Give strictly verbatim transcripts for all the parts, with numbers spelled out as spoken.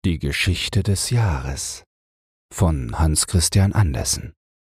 Die Geschichte des Jahres von Hans Christian Andersen.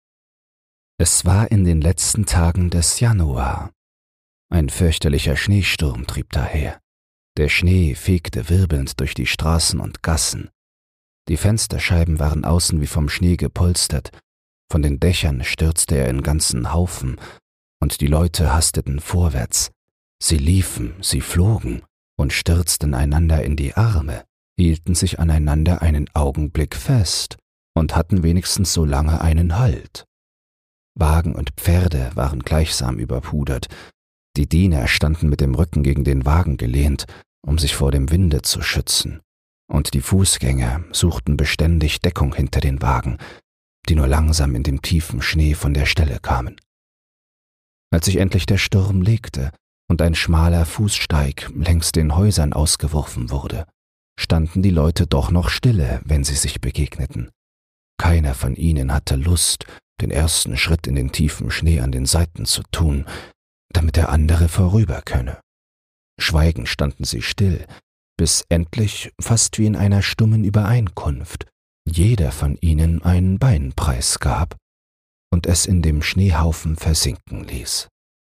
Es war in den letzten Tagen des Januar. Ein fürchterlicher Schneesturm trieb daher. Der Schnee fegte wirbelnd durch die Straßen und Gassen. Die Fensterscheiben waren außen wie vom Schnee gepolstert, von den Dächern stürzte er in ganzen Haufen, und die Leute hasteten vorwärts. Sie liefen, sie flogen und stürzten einander in die Arme, hielten sich aneinander einen Augenblick fest und hatten wenigstens so lange einen Halt. Wagen und Pferde waren gleichsam überpudert. Die Diener standen mit dem Rücken gegen den Wagen gelehnt, um sich vor dem Winde zu schützen, und die Fußgänger suchten beständig Deckung hinter den Wagen, die nur langsam in dem tiefen Schnee von der Stelle kamen. Als sich endlich der Sturm legte und ein schmaler Fußsteig längs den Häusern ausgeworfen wurde, standen die Leute doch noch stille, wenn sie sich begegneten. Keiner von ihnen hatte Lust, den ersten Schritt in den tiefen Schnee an den Seiten zu tun, damit der andere vorüber könne. Schweigend standen sie still, bis endlich, fast wie in einer stummen Übereinkunft, jeder von ihnen einen Beinpreis gab und es in dem Schneehaufen versinken ließ.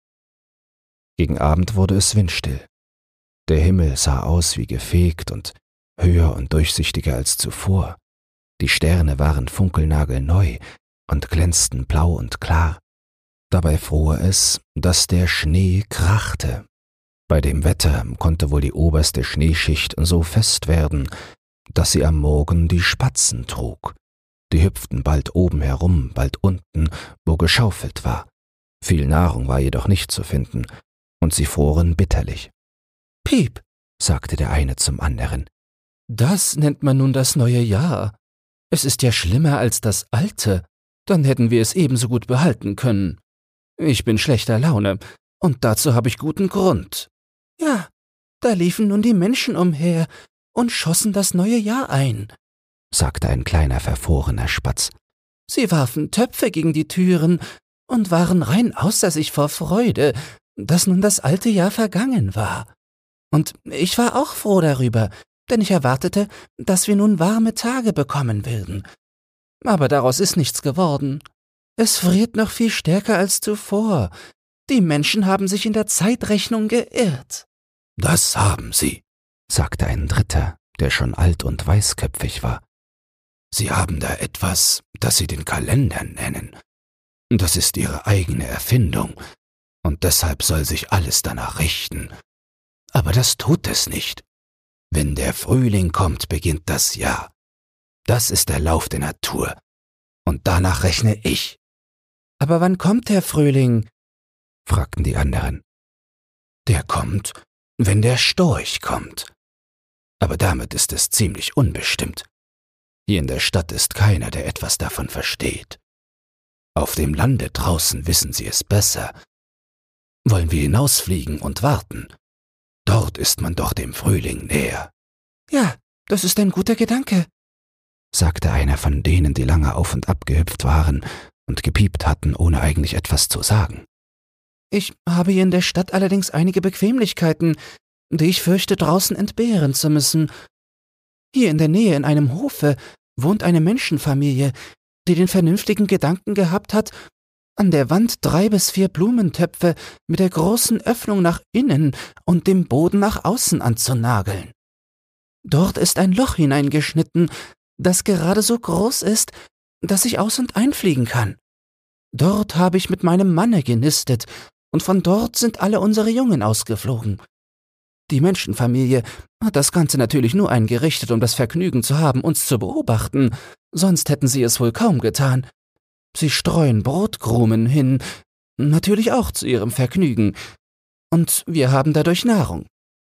Gegen Abend wurde es windstill. Der Himmel sah aus wie gefegt und höher und durchsichtiger als zuvor. Die Sterne waren funkelnagelneu und glänzten blau und klar. Dabei fror es, dass der Schnee krachte. Bei dem Wetter konnte wohl die oberste Schneeschicht so fest werden, dass sie am Morgen die Spatzen trug. Die hüpften bald oben herum, bald unten, wo geschaufelt war. Viel Nahrung war jedoch nicht zu finden, und sie froren bitterlich. »Piep«, sagte der eine zum anderen, »das nennt man nun das neue Jahr. Es ist ja schlimmer als das alte, dann hätten wir es ebenso gut behalten können. Ich bin schlechter Laune, und dazu habe ich guten Grund. Ja, da liefen nun die Menschen umher und schossen das neue Jahr ein«, sagte ein kleiner verfrorener Spatz. »Sie warfen Töpfe gegen die Türen und waren rein außer sich vor Freude, dass nun das alte Jahr vergangen war. Und ich war auch froh darüber, denn ich erwartete, dass wir nun warme Tage bekommen würden. Aber daraus ist nichts geworden. Es friert noch viel stärker als zuvor. Die Menschen haben sich in der Zeitrechnung geirrt.« »Das haben sie«, sagte ein Dritter, der schon alt und weißköpfig war. »Sie haben da etwas, das sie den Kalender nennen. Das ist ihre eigene Erfindung, und deshalb soll sich alles danach richten. Aber das tut es nicht. Wenn der Frühling kommt, beginnt das Jahr. Das ist der Lauf der Natur, und danach rechne ich.« »Aber wann kommt der Frühling?« fragten die anderen. »Der kommt, wenn der Storch kommt. Aber damit ist es ziemlich unbestimmt. Hier in der Stadt ist keiner, der etwas davon versteht. Auf dem Lande draußen wissen sie es besser. Wollen wir hinausfliegen und warten? Dort ist man doch dem Frühling näher.« »Ja, das ist ein guter Gedanke«, sagte einer von denen, die lange auf und ab gehüpft waren und gepiept hatten, ohne eigentlich etwas zu sagen. »Ich habe hier in der Stadt allerdings einige Bequemlichkeiten, die ich fürchte, draußen entbehren zu müssen. Hier in der Nähe in einem Hofe wohnt eine Menschenfamilie, die den vernünftigen Gedanken gehabt hat, an der Wand drei bis vier Blumentöpfe mit der großen Öffnung nach innen und dem Boden nach außen anzunageln. Dort ist ein Loch hineingeschnitten, das gerade so groß ist, dass ich aus- und einfliegen kann. Dort habe ich mit meinem Manne genistet, und von dort sind alle unsere Jungen ausgeflogen. Die Menschenfamilie hat das Ganze natürlich nur eingerichtet, um das Vergnügen zu haben, uns zu beobachten, sonst hätten sie es wohl kaum getan. Sie streuen Brotkrumen hin, natürlich auch zu ihrem Vergnügen, und wir haben dadurch Nahrung.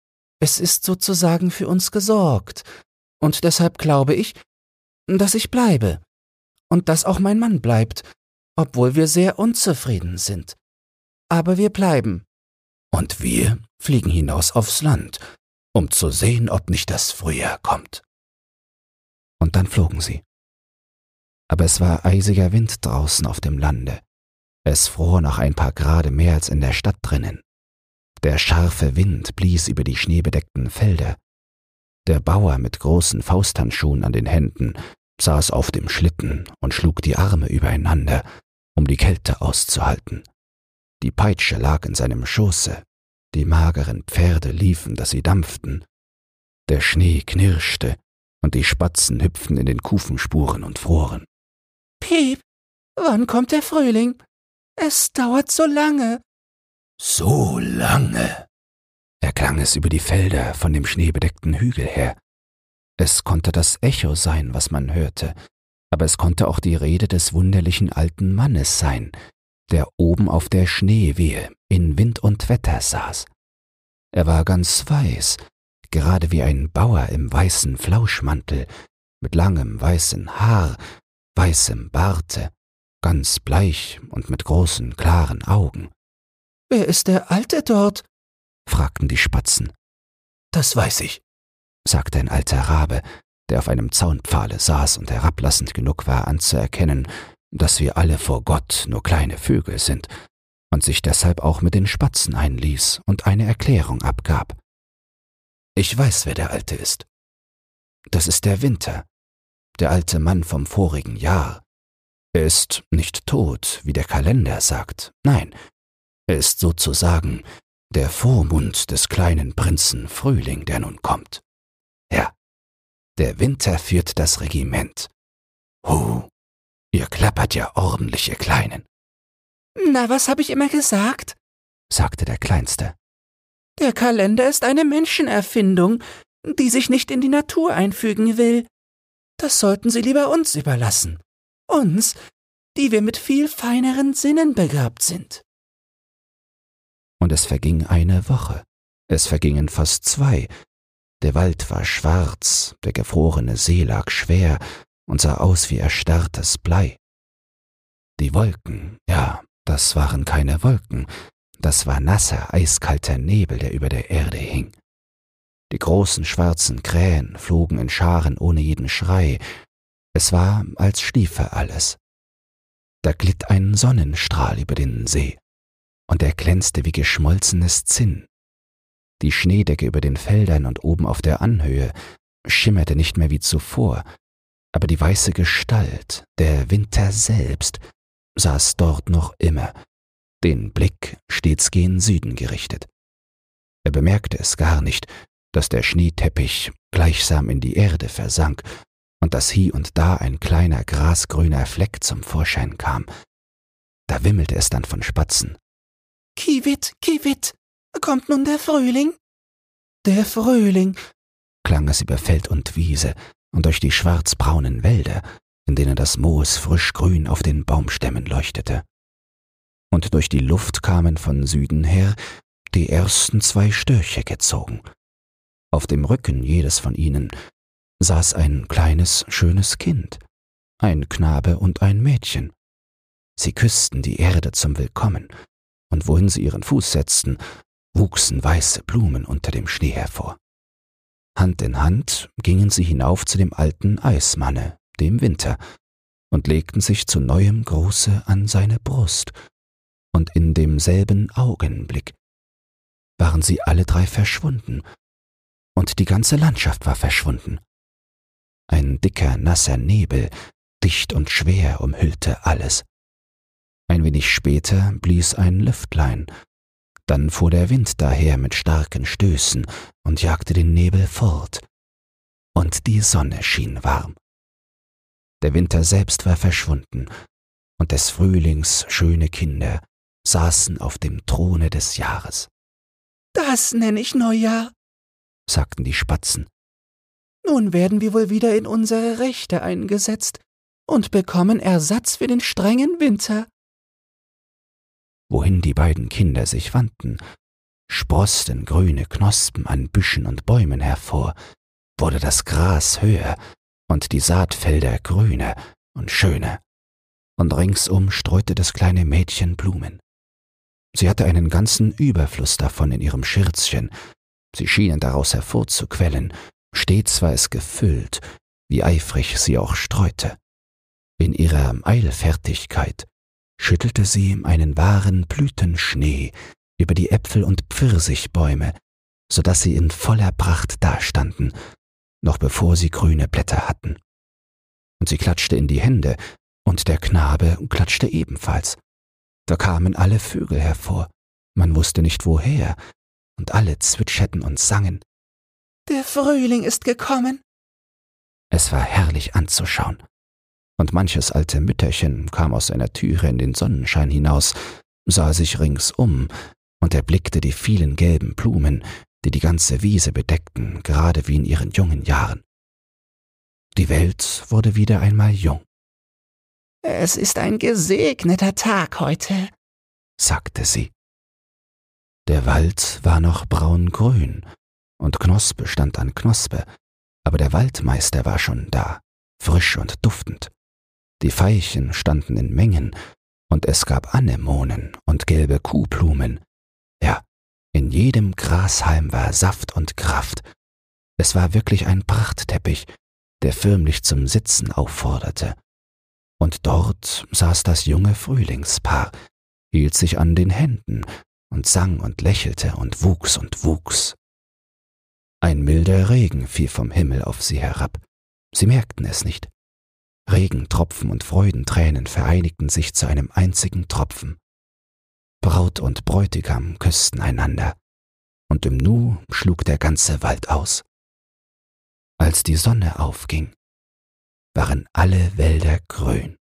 Es ist sozusagen für uns gesorgt, und deshalb glaube ich, dass ich bleibe, und dass auch mein Mann bleibt, obwohl wir sehr unzufrieden sind. Aber wir bleiben. Und wir fliegen hinaus aufs Land, um zu sehen, ob nicht das Frühjahr kommt.« Und dann flogen sie. Aber es war eisiger Wind draußen auf dem Lande. Es fror noch ein paar Grade mehr als in der Stadt drinnen. Der scharfe Wind blies über die schneebedeckten Felder. Der Bauer mit großen Fausthandschuhen an den Händen saß auf dem Schlitten und schlug die Arme übereinander, um die Kälte auszuhalten. Die Peitsche lag in seinem Schoße, die mageren Pferde liefen, dass sie dampften. Der Schnee knirschte und die Spatzen hüpften in den Kufenspuren und froren. »Piep, wann kommt der Frühling? Es dauert so lange.« »So lange«, erklang es über die Felder von dem schneebedeckten Hügel her. Es konnte das Echo sein, was man hörte, aber es konnte auch die Rede des wunderlichen alten Mannes sein, der oben auf der Schneewehe in Wind und Wetter saß. Er war ganz weiß, gerade wie ein Bauer im weißen Flauschmantel, mit langem weißen Haar, weißem Barte, ganz bleich und mit großen, klaren Augen. »Wer ist der Alte dort?« fragten die Spatzen. »Das weiß ich«, sagte ein alter Rabe, der auf einem Zaunpfahle saß und herablassend genug war anzuerkennen, dass wir alle vor Gott nur kleine Vögel sind, und sich deshalb auch mit den Spatzen einließ und eine Erklärung abgab. »Ich weiß, wer der Alte ist. Das ist der Winter, der alte Mann vom vorigen Jahr. Er ist nicht tot, wie der Kalender sagt, nein, er ist sozusagen der Vormund des kleinen Prinzen Frühling, der nun kommt. Ja, der Winter führt das Regiment. Hu, ihr klappert ja ordentlich, ihr Kleinen.« »Na, was habe ich immer gesagt?« sagte der Kleinste. »Der Kalender ist eine Menschenerfindung, die sich nicht in die Natur einfügen will. Das sollten Sie lieber uns überlassen. Uns, die wir mit viel feineren Sinnen begabt sind.« Und es verging eine Woche, es vergingen fast zwei. Der Wald war schwarz, der gefrorene See lag schwer und sah aus wie erstarrtes Blei. Die Wolken, ja, das waren keine Wolken, das war nasser, eiskalter Nebel, der über der Erde hing. Die großen schwarzen Krähen flogen in Scharen ohne jeden Schrei. Es war, als schliefe alles. Da glitt ein Sonnenstrahl über den See, und er glänzte wie geschmolzenes Zinn. Die Schneedecke über den Feldern und oben auf der Anhöhe schimmerte nicht mehr wie zuvor, aber die weiße Gestalt, der Winter selbst, saß dort noch immer, den Blick stets gen Süden gerichtet. Er bemerkte es gar nicht, dass der Schneeteppich gleichsam in die Erde versank und dass hie und da ein kleiner grasgrüner Fleck zum Vorschein kam. Da wimmelte es dann von Spatzen. »Kiewit, Kiewit, kommt nun der Frühling?« »Der Frühling«, klang es über Feld und Wiese und durch die schwarzbraunen Wälder, in denen das Moos frisch grün auf den Baumstämmen leuchtete. Und durch die Luft kamen von Süden her die ersten zwei Störche gezogen. Auf dem Rücken jedes von ihnen saß ein kleines, schönes Kind, ein Knabe und ein Mädchen. Sie küssten die Erde zum Willkommen, und wohin sie ihren Fuß setzten, wuchsen weiße Blumen unter dem Schnee hervor. Hand in Hand gingen sie hinauf zu dem alten Eismanne, dem Winter, und legten sich zu neuem Gruße an seine Brust, und in demselben Augenblick waren sie alle drei verschwunden, und die ganze Landschaft war verschwunden. Ein dicker, nasser Nebel, dicht und schwer, umhüllte alles. Ein wenig später blies ein Lüftlein, dann fuhr der Wind daher mit starken Stößen und jagte den Nebel fort, und die Sonne schien warm. Der Winter selbst war verschwunden, und des Frühlings schöne Kinder saßen auf dem Throne des Jahres. »Das nenne ich Neujahr«, sagten die Spatzen. »Nun werden wir wohl wieder in unsere Rechte eingesetzt und bekommen Ersatz für den strengen Winter.« Wohin die beiden Kinder sich wandten, sproßten grüne Knospen an Büschen und Bäumen hervor, wurde das Gras höher und die Saatfelder grüner und schöner, und ringsum streute das kleine Mädchen Blumen. Sie hatte einen ganzen Überfluss davon in ihrem Schürzchen, sie schienen daraus hervorzuquellen, stets war es gefüllt, wie eifrig sie auch streute. In ihrer Eilfertigkeit schüttelte sie einen wahren Blütenschnee über die Äpfel- und Pfirsichbäume, so daß sie in voller Pracht dastanden noch bevor sie grüne Blätter hatten. Und sie klatschte in die Hände, und der Knabe klatschte ebenfalls. Da kamen alle Vögel hervor, man wusste nicht woher, und alle zwitscherten und sangen. »Der Frühling ist gekommen!« Es war herrlich anzuschauen, und manches alte Mütterchen kam aus seiner Türe in den Sonnenschein hinaus, sah sich rings um und erblickte die vielen gelben Blumen, die die ganze Wiese bedeckten, gerade wie in ihren jungen Jahren. Die Welt wurde wieder einmal jung. »Es ist ein gesegneter Tag heute«, sagte sie. Der Wald war noch braungrün, und Knospe stand an Knospe, aber der Waldmeister war schon da, frisch und duftend. Die Veilchen standen in Mengen, und es gab Anemonen und gelbe Kuhblumen. Ja, in jedem Grashalm war Saft und Kraft. Es war wirklich ein Prachtteppich, der förmlich zum Sitzen aufforderte. Und dort saß das junge Frühlingspaar, hielt sich an den Händen und sang und lächelte und wuchs und wuchs. Ein milder Regen fiel vom Himmel auf sie herab. Sie merkten es nicht. Regentropfen und Freudentränen vereinigten sich zu einem einzigen Tropfen. Braut und Bräutigam küssten einander, und im Nu schlug der ganze Wald aus. Als die Sonne aufging, waren alle Wälder grün.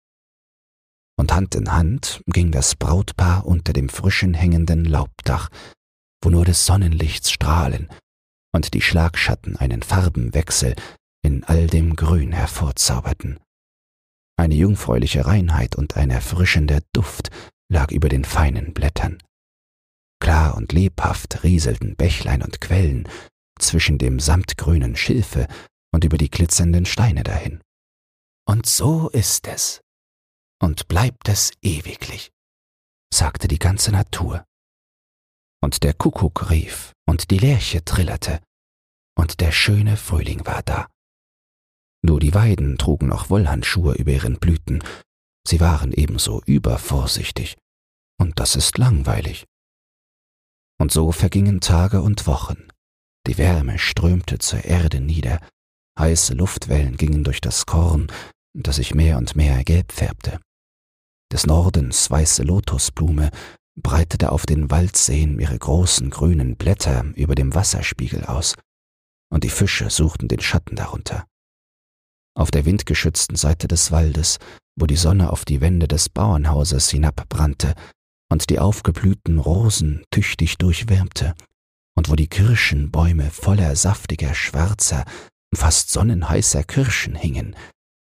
Und Hand in Hand ging das Brautpaar unter dem frischen hängenden Laubdach, wo nur des Sonnenlichts Strahlen und die Schlagschatten einen Farbenwechsel in all dem Grün hervorzauberten. Eine jungfräuliche Reinheit und ein erfrischender Duft lag über den feinen Blättern. Klar und lebhaft rieselten Bächlein und Quellen zwischen dem samtgrünen Schilfe und über die glitzernden Steine dahin. Und so ist es und bleibt es ewiglich, sagte die ganze Natur. Und der Kuckuck rief und die Lerche trillerte, und der schöne Frühling war da. Nur die Weiden trugen noch Wollhandschuhe über ihren Blüten, sie waren ebenso übervorsichtig, und das ist langweilig. Und so vergingen Tage und Wochen, die Wärme strömte zur Erde nieder, heiße Luftwellen gingen durch das Korn, das sich mehr und mehr gelb färbte. Des Nordens weiße Lotusblume breitete auf den Waldseen ihre großen grünen Blätter über dem Wasserspiegel aus, und die Fische suchten den Schatten darunter. Auf der windgeschützten Seite des Waldes, wo die Sonne auf die Wände des Bauernhauses hinabbrannte und die aufgeblühten Rosen tüchtig durchwärmte, und wo die Kirschenbäume voller saftiger, schwarzer, fast sonnenheißer Kirschen hingen,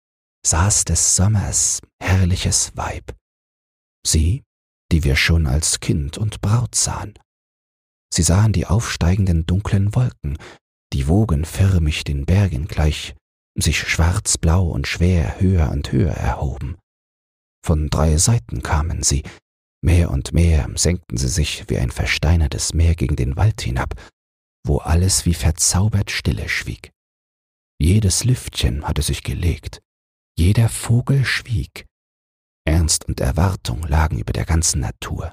saß des Sommers herrliches Weib. Sie, die wir schon als Kind und Braut sahen. Sie sahen die aufsteigenden dunklen Wolken, die wogenförmig den Bergen gleich sich schwarzblau und schwer höher und höher erhoben. Von drei Seiten kamen sie, mehr und mehr senkten sie sich wie ein versteinertes Meer gegen den Wald hinab, wo alles wie verzaubert Stille schwieg. Jedes Lüftchen hatte sich gelegt, jeder Vogel schwieg, Ernst und Erwartung lagen über der ganzen Natur.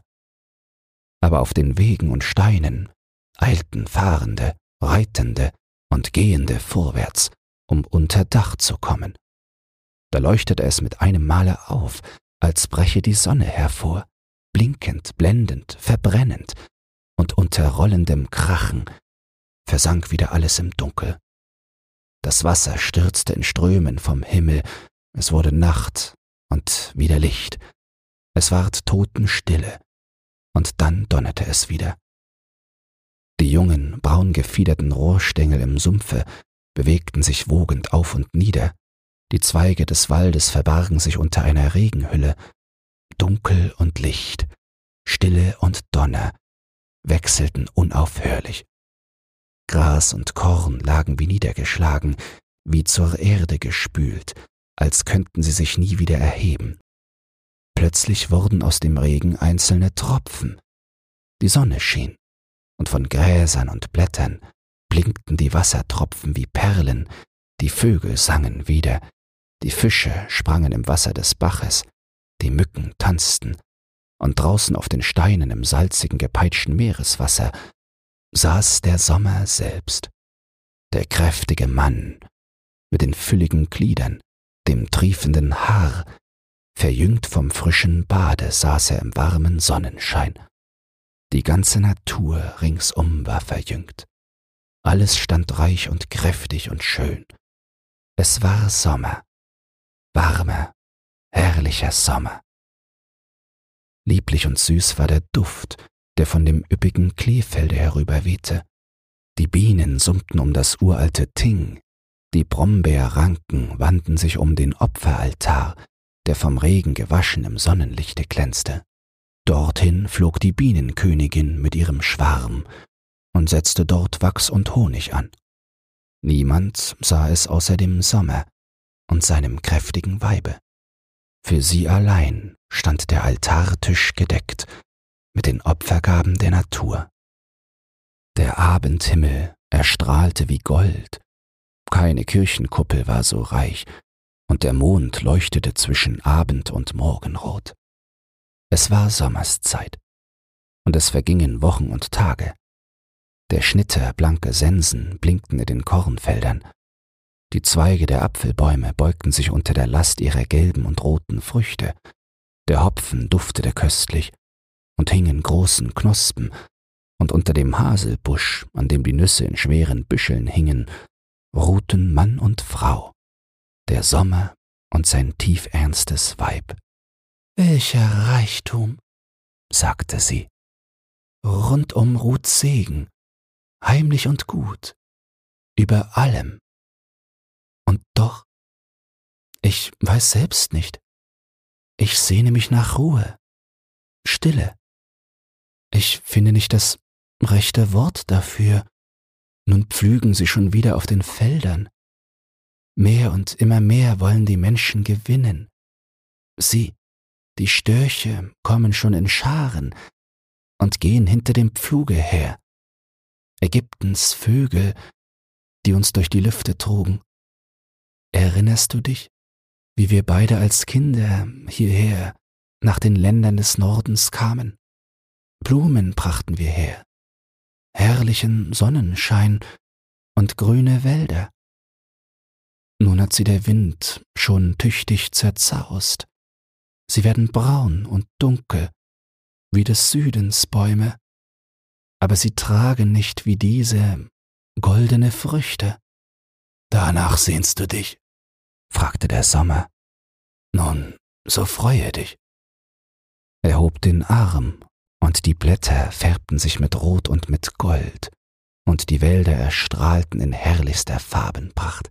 Aber auf den Wegen und Steinen eilten Fahrende, Reitende und Gehende vorwärts, um unter Dach zu kommen. Da leuchtete es mit einem Male auf, als breche die Sonne hervor, blinkend, blendend, verbrennend, und unter rollendem Krachen versank wieder alles im Dunkel. Das Wasser stürzte in Strömen vom Himmel, es wurde Nacht und wieder Licht. Es ward Totenstille, und dann donnerte es wieder. Die jungen, braungefiederten Rohrstängel im Sumpfe bewegten sich wogend auf und nieder, die Zweige des Waldes verbargen sich unter einer Regenhülle. Dunkel und Licht, Stille und Donner wechselten unaufhörlich. Gras und Korn lagen wie niedergeschlagen, wie zur Erde gespült, als könnten sie sich nie wieder erheben. Plötzlich wurden aus dem Regen einzelne Tropfen. Die Sonne schien, und von Gräsern und Blättern blinkten die Wassertropfen wie Perlen, die Vögel sangen wieder, die Fische sprangen im Wasser des Baches, die Mücken tanzten, und draußen auf den Steinen im salzigen, gepeitschten Meereswasser saß der Sommer selbst, der kräftige Mann mit den fülligen Gliedern, dem triefenden Haar, verjüngt vom frischen Bade saß er im warmen Sonnenschein. Die ganze Natur ringsum war verjüngt. Alles stand reich und kräftig und schön. Es war Sommer, warmer, herrlicher Sommer. Lieblich und süß war der Duft, der von dem üppigen Kleefelde herüberwehte. Die Bienen summten um das uralte Ting, die Brombeerranken wanden sich um den Opferaltar, der vom Regen gewaschen im Sonnenlichte glänzte. Dorthin flog die Bienenkönigin mit ihrem Schwarm und setzte dort Wachs und Honig an. Niemand sah es außer dem Sommer und seinem kräftigen Weibe. Für sie allein stand der Altartisch gedeckt mit den Opfergaben der Natur. Der Abendhimmel erstrahlte wie Gold, keine Kirchenkuppel war so reich, und der Mond leuchtete zwischen Abend- und Morgenrot. Es war Sommerszeit, und es vergingen Wochen und Tage. Der Schnitter blanke Sensen blinkten in den Kornfeldern. Die Zweige der Apfelbäume beugten sich unter der Last ihrer gelben und roten Früchte. Der Hopfen duftete köstlich und hing in großen Knospen, und unter dem Haselbusch, an dem die Nüsse in schweren Büscheln hingen, ruhten Mann und Frau, der Sommer und sein tiefernstes Weib. »Welcher Reichtum«, sagte sie. »Rundum ruht Segen, heimlich und gut, über allem. Und doch, ich weiß selbst nicht, ich sehne mich nach Ruhe, Stille. Ich finde nicht das rechte Wort dafür. Nun pflügen sie schon wieder auf den Feldern. Mehr und immer mehr wollen die Menschen gewinnen. Sieh, die Störche kommen schon in Scharen und gehen hinter dem Pfluge her. Ägyptens Vögel, die uns durch die Lüfte trugen. Erinnerst du dich, wie wir beide als Kinder hierher nach den Ländern des Nordens kamen? Blumen brachten wir her, herrlichen Sonnenschein und grüne Wälder. Nun hat sie der Wind schon tüchtig zerzaust. Sie werden braun und dunkel, wie des Südens Bäume, aber sie tragen nicht wie diese goldene Früchte. »Danach sehnst du dich?« fragte der Sommer. »Nun, so freue dich.« Er hob den Arm, und die Blätter färbten sich mit Rot und mit Gold, und die Wälder erstrahlten in herrlichster Farbenpracht.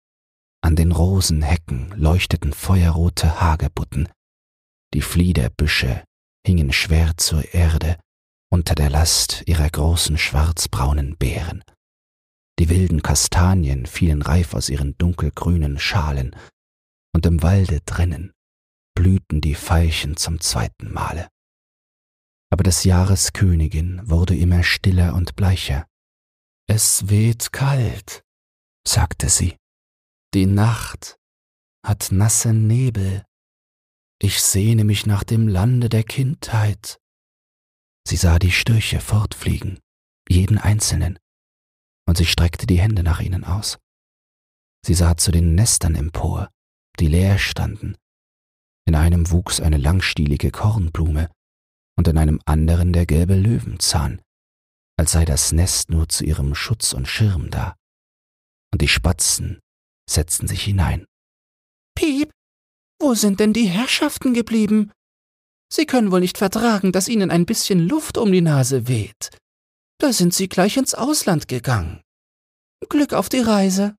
An den Rosenhecken leuchteten feuerrote Hagebutten, die Fliederbüsche hingen schwer zur Erde unter der Last ihrer großen schwarzbraunen Beeren. Die wilden Kastanien fielen reif aus ihren dunkelgrünen Schalen, und im Walde drinnen blühten die Veilchen zum zweiten Male. Aber des Jahres Königin wurde immer stiller und bleicher. »Es weht kalt«, sagte sie. »Die Nacht hat nasse Nebel. Ich sehne mich nach dem Lande der Kindheit.« Sie sah die Störche fortfliegen, jeden einzelnen, und sie streckte die Hände nach ihnen aus. Sie sah zu den Nestern empor, die leer standen. In einem wuchs eine langstielige Kornblume und in einem anderen der gelbe Löwenzahn, als sei das Nest nur zu ihrem Schutz und Schirm da. Und die Spatzen setzten sich hinein. »Piep, wo sind denn die Herrschaften geblieben? Sie können wohl nicht vertragen, dass ihnen ein bisschen Luft um die Nase weht. Da sind sie gleich ins Ausland gegangen. Glück auf die Reise.«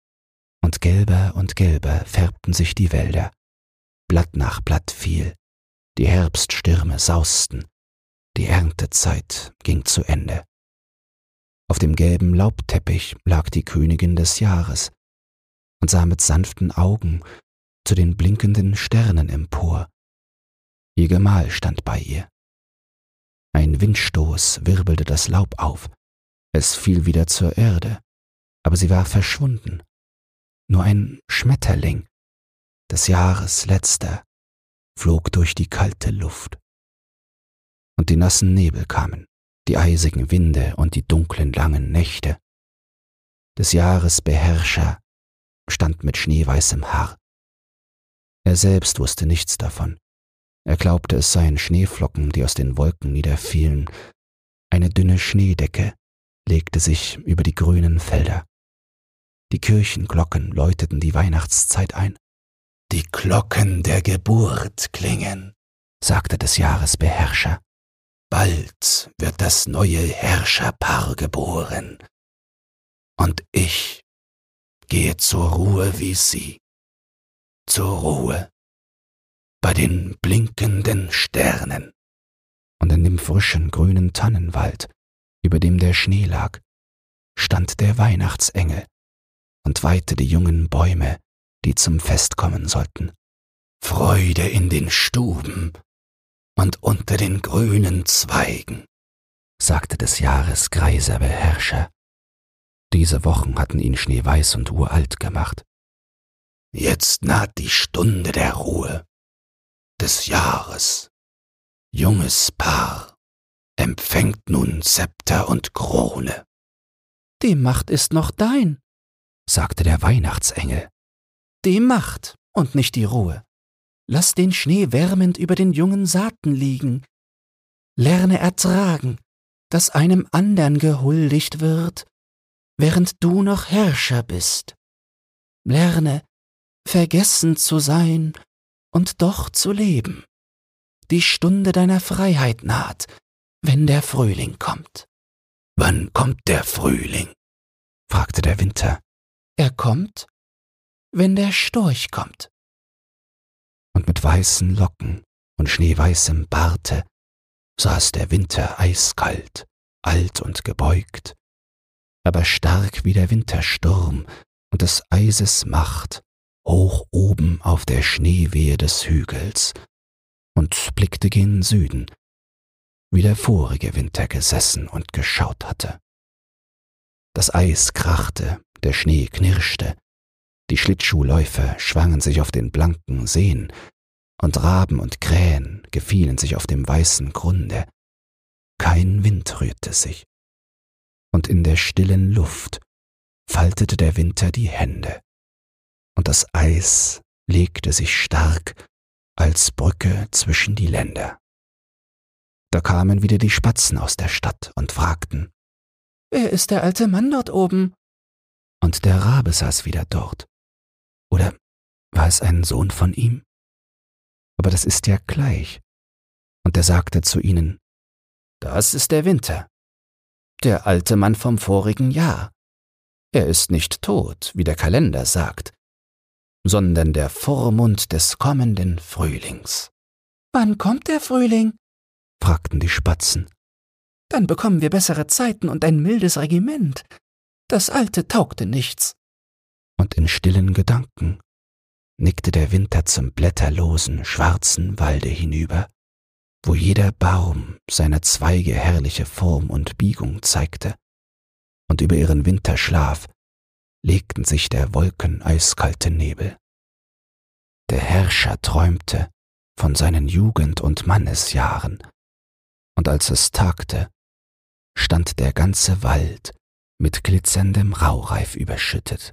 Und gelber und gelber färbten sich die Wälder. Blatt nach Blatt fiel, die Herbststürme sausten, die Erntezeit ging zu Ende. Auf dem gelben Laubteppich lag die Königin des Jahres und sah mit sanften Augen zu den blinkenden Sternen empor. Ihr Gemahl stand bei ihr. Ein Windstoß wirbelte das Laub auf, es fiel wieder zur Erde, aber sie war verschwunden. Nur ein Schmetterling, des Jahres letzter, flog durch die kalte Luft. Und die nassen Nebel kamen, die eisigen Winde und die dunklen langen Nächte. Des Jahres Beherrscher stand mit schneeweißem Haar. Er selbst wusste nichts davon. Er glaubte, es seien Schneeflocken, die aus den Wolken niederfielen. Eine dünne Schneedecke legte sich über die grünen Felder. Die Kirchenglocken läuteten die Weihnachtszeit ein. »Die Glocken der Geburt klingen«, sagte des Jahres Beherrscher. »Bald wird das neue Herrscherpaar geboren. Und ich gehe zur Ruhe wie sie. Zur Ruhe bei den blinkenden Sternen.« Und in dem frischen grünen Tannenwald, über dem der Schnee lag, stand der Weihnachtsengel und weihte die jungen Bäume, die zum Fest kommen sollten. »Freude in den Stuben und unter den grünen Zweigen«, sagte des Jahres greiser Beherrscher. Diese Wochen hatten ihn schneeweiß und uralt gemacht. »Jetzt naht die Stunde der Ruhe, des Jahres. Junges Paar empfängt nun Zepter und Krone.« »Die Macht ist noch dein«, sagte der Weihnachtsengel. »Die Macht und nicht die Ruhe. Lass den Schnee wärmend über den jungen Saaten liegen. Lerne ertragen, dass einem andern gehuldigt wird, während du noch Herrscher bist. Lerne, vergessen zu sein und doch zu leben. Die Stunde deiner Freiheit naht, wenn der Frühling kommt.« »Wann kommt der Frühling?«, fragte der Winter. »Er kommt, wenn der Storch kommt.« Und mit weißen Locken und schneeweißem Barte saß der Winter eiskalt, alt und gebeugt, aber stark wie der Wintersturm und des Eises Macht, hoch oben auf der Schneewehe des Hügels, und blickte gen Süden, wie der vorige Winter gesessen und geschaut hatte. Das Eis krachte, der Schnee knirschte, die Schlittschuhläufer schwangen sich auf den blanken Seen, und Raben und Krähen gefielen sich auf dem weißen Grunde. Kein Wind rührte sich, und in der stillen Luft faltete der Winter die Hände, und das Eis legte sich stark als Brücke zwischen die Länder. Da kamen wieder die Spatzen aus der Stadt und fragten: »Wer ist der alte Mann dort oben?« Und der Rabe saß wieder dort. Oder war es ein Sohn von ihm? Aber das ist ja gleich. Und er sagte zu ihnen: »Das ist der Winter, der alte Mann vom vorigen Jahr. Er ist nicht tot, wie der Kalender sagt, sondern der Vormund des kommenden Frühlings.« »Wann kommt der Frühling?« fragten die Spatzen. »Dann bekommen wir bessere Zeiten und ein mildes Regiment. Das alte taugte nichts.« Und in stillen Gedanken nickte der Winter zum blätterlosen, schwarzen Walde hinüber, wo jeder Baum seiner Zweige herrliche Form und Biegung zeigte, und über ihren Winterschlaf legten sich der Wolken eiskalte Nebel. Der Herrscher träumte von seinen Jugend- und Mannesjahren, und als es tagte, stand der ganze Wald mit glitzerndem Raureif überschüttet.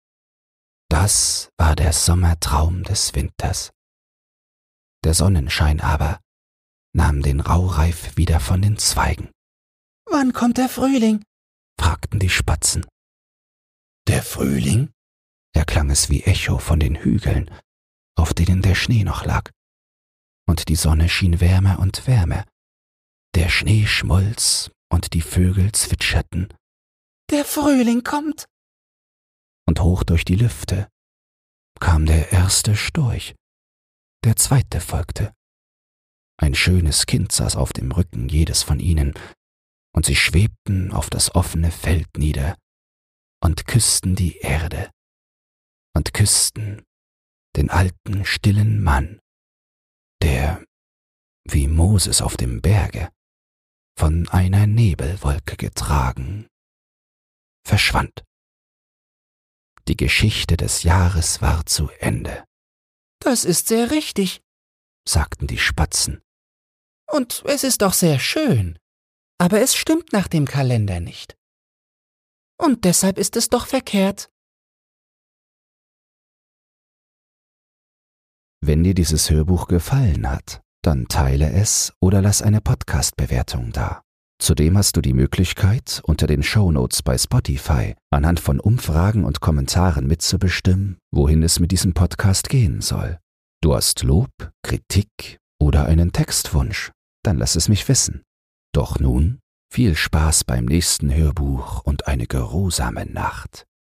Das war der Sommertraum des Winters. Der Sonnenschein aber nahm den Raureif wieder von den Zweigen. »Wann kommt der Frühling?« fragten die Spatzen. »Der Frühling?« erklang es wie Echo von den Hügeln, auf denen der Schnee noch lag. Und die Sonne schien wärmer und wärmer. Der Schnee schmolz und die Vögel zwitscherten. »Der Frühling kommt!« Und hoch durch die Lüfte kam der erste Storch, der zweite folgte. Ein schönes Kind saß auf dem Rücken jedes von ihnen, und sie schwebten auf das offene Feld nieder und küssten die Erde und küssten den alten stillen Mann, der, wie Moses auf dem Berge, von einer Nebelwolke getragen, verschwand. Die Geschichte des Jahres war zu Ende. »Das ist sehr richtig«, sagten die Spatzen. »Und es ist doch sehr schön, aber es stimmt nach dem Kalender nicht. Und deshalb ist es doch verkehrt.« Wenn dir dieses Hörbuch gefallen hat, dann teile es oder lass eine Podcast-Bewertung da. Zudem hast du die Möglichkeit, unter den Shownotes bei Spotify anhand von Umfragen und Kommentaren mitzubestimmen, wohin es mit diesem Podcast gehen soll. Du hast Lob, Kritik oder einen Textwunsch? Dann lass es mich wissen. Doch nun viel Spaß beim nächsten Hörbuch und eine geruhsame Nacht.